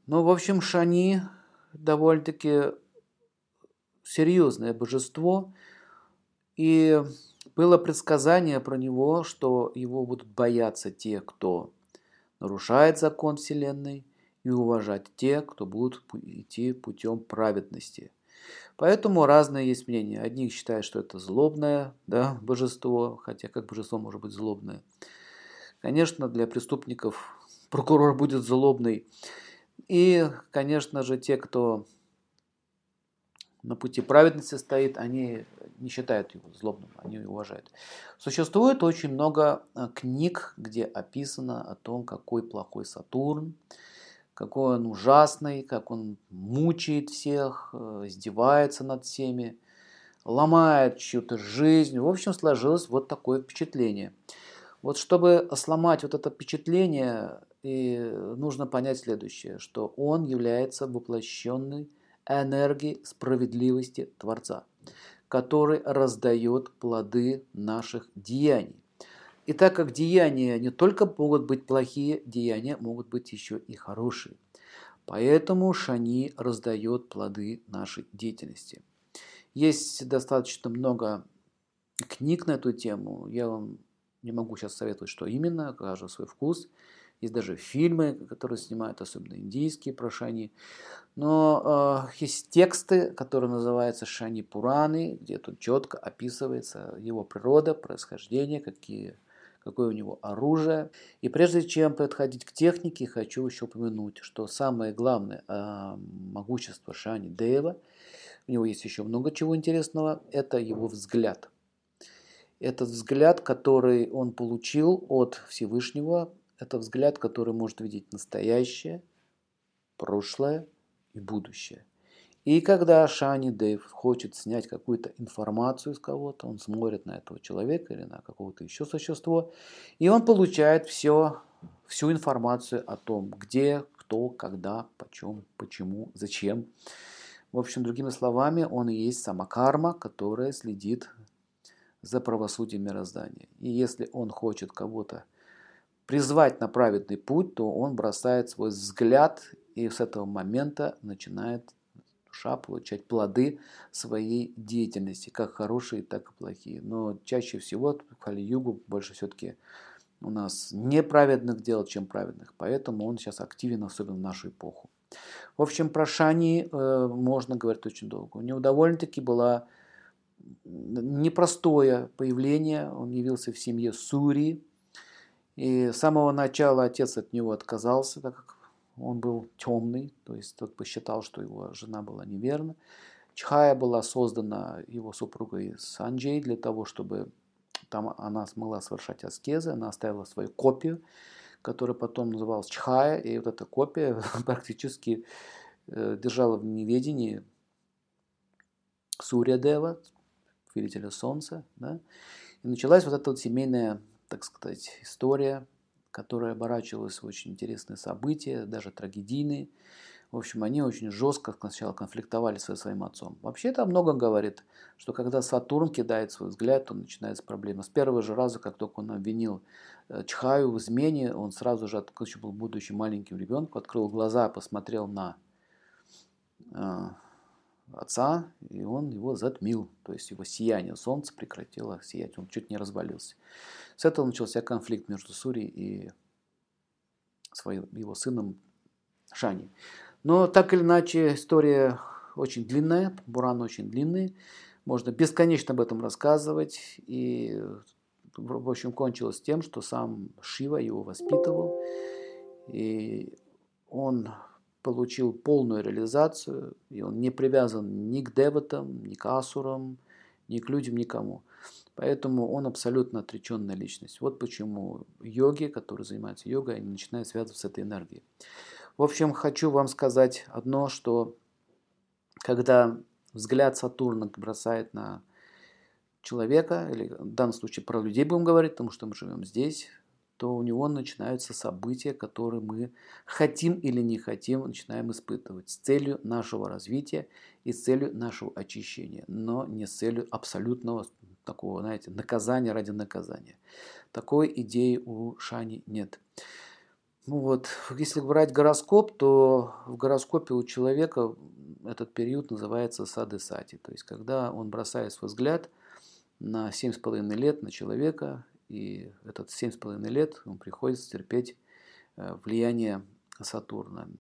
Ну, в общем, Шани довольно-таки серьезное божество, и было предсказание про него, что его будут бояться те, кто нарушает закон Вселенной, и уважать те, кто будут идти путем праведности. Поэтому разные есть мнения. Одни считают, что это злобное, да, божество, хотя как божество может быть злобное. Конечно, для преступников прокурор будет злобный. И, конечно же, те, кто на пути праведности стоит, они не считают его злобным, они его уважают. Существует очень много книг, где описано о том, какой плохой Сатурн, какой он ужасный, как он мучает всех, издевается над всеми, ломает чью-то жизнь. В общем, сложилось вот такое впечатление. Вот чтобы сломать вот это впечатление, и нужно понять следующее, что он является воплощенной энергией справедливости Творца, который раздает плоды наших деяний. И так как деяния не только могут быть плохие, деяния могут быть еще и хорошие. Поэтому Шани раздает плоды нашей деятельности. Есть достаточно много книг на эту тему. Я вам не могу сейчас советовать, что именно, каждый свой вкус. Есть даже фильмы, которые снимают, особенно индийские, про Шани. Но есть тексты, которые называются Шани Пураны, где тут четко описывается его природа, происхождение, какое у него оружие. И прежде чем подходить к технике, хочу еще упомянуть, что самое главное могущество Шани Дева, у него есть еще много чего интересного, это его взгляд. Этот взгляд, который он получил от Всевышнего, это взгляд, который может видеть настоящее, прошлое и будущее. И когда Шани Дэйв хочет снять какую-то информацию с кого-то, он смотрит на этого человека или на какого-то еще существо, и он получает всю информацию о том, где, кто, когда, почем, почему, зачем. В общем, другими словами, он и есть сама карма, которая следит за правосудием мироздания. И если он хочет кого-то призвать на праведный путь, то он бросает свой взгляд, и с этого момента начинает душа получать плоды своей деятельности, как хорошие, так и плохие. Но чаще всего в Кали-югу больше все-таки у нас неправедных дел, чем праведных. Поэтому он сейчас активен, особенно в нашу эпоху. В общем, про Шани можно говорить очень долго. У него довольно-таки было непростое появление. Он явился в семье Сури. И с самого начала отец от него отказался, так как он был темный. То есть тот посчитал, что его жена была неверна. Чхая была создана его супругой Санджей для того, чтобы там она смогла совершать аскезы. Она оставила свою копию, которая потом называлась Чхая. И вот эта копия практически держала в неведении Сурья Дева, повелителя солнца. Да? И началась вот эта вот семейная, так сказать, история, которая оборачивалась в очень интересные события, даже трагедийные. В общем, они очень жестко сначала конфликтовали со своим отцом. Вообще это о многом говорит, что когда Сатурн кидает свой взгляд, то начинается проблема. С первого же раза, как только он обвинил Чхаю в измене, он сразу же, еще был будучи маленьким ребенком, открыл глаза, посмотрел на отца, и он его затмил. То есть его сияние солнца прекратило сиять, он чуть не развалился. С этого начался конфликт между Сури и его сыном Шани. Но так или иначе, история очень длинная, Буран очень длинный. Можно бесконечно об этом рассказывать. И, в общем, кончилось тем, что сам Шива его воспитывал. И он получил полную реализацию. И он не привязан ни к деватам, ни к асурам, ни к людям, никому. Поэтому он абсолютно отреченная личность. Вот почему йоги, которые занимаются йогой, они начинают связываться с этой энергией. В общем, хочу вам сказать одно, что когда взгляд Сатурна бросает на человека, или в данном случае про людей будем говорить, потому что мы живем здесь, то у него начинаются события, которые мы хотим или не хотим, начинаем испытывать с целью нашего развития и с целью нашего очищения, но не с целью абсолютного такого, знаете, наказания ради наказания. Такой идеи у Шани нет. Ну вот, если брать гороскоп, то в гороскопе у человека этот период называется сады-сати. То есть, когда он бросает свой взгляд на 7,5 лет на человека, и этот 7,5 лет ему приходится терпеть влияние Сатурна.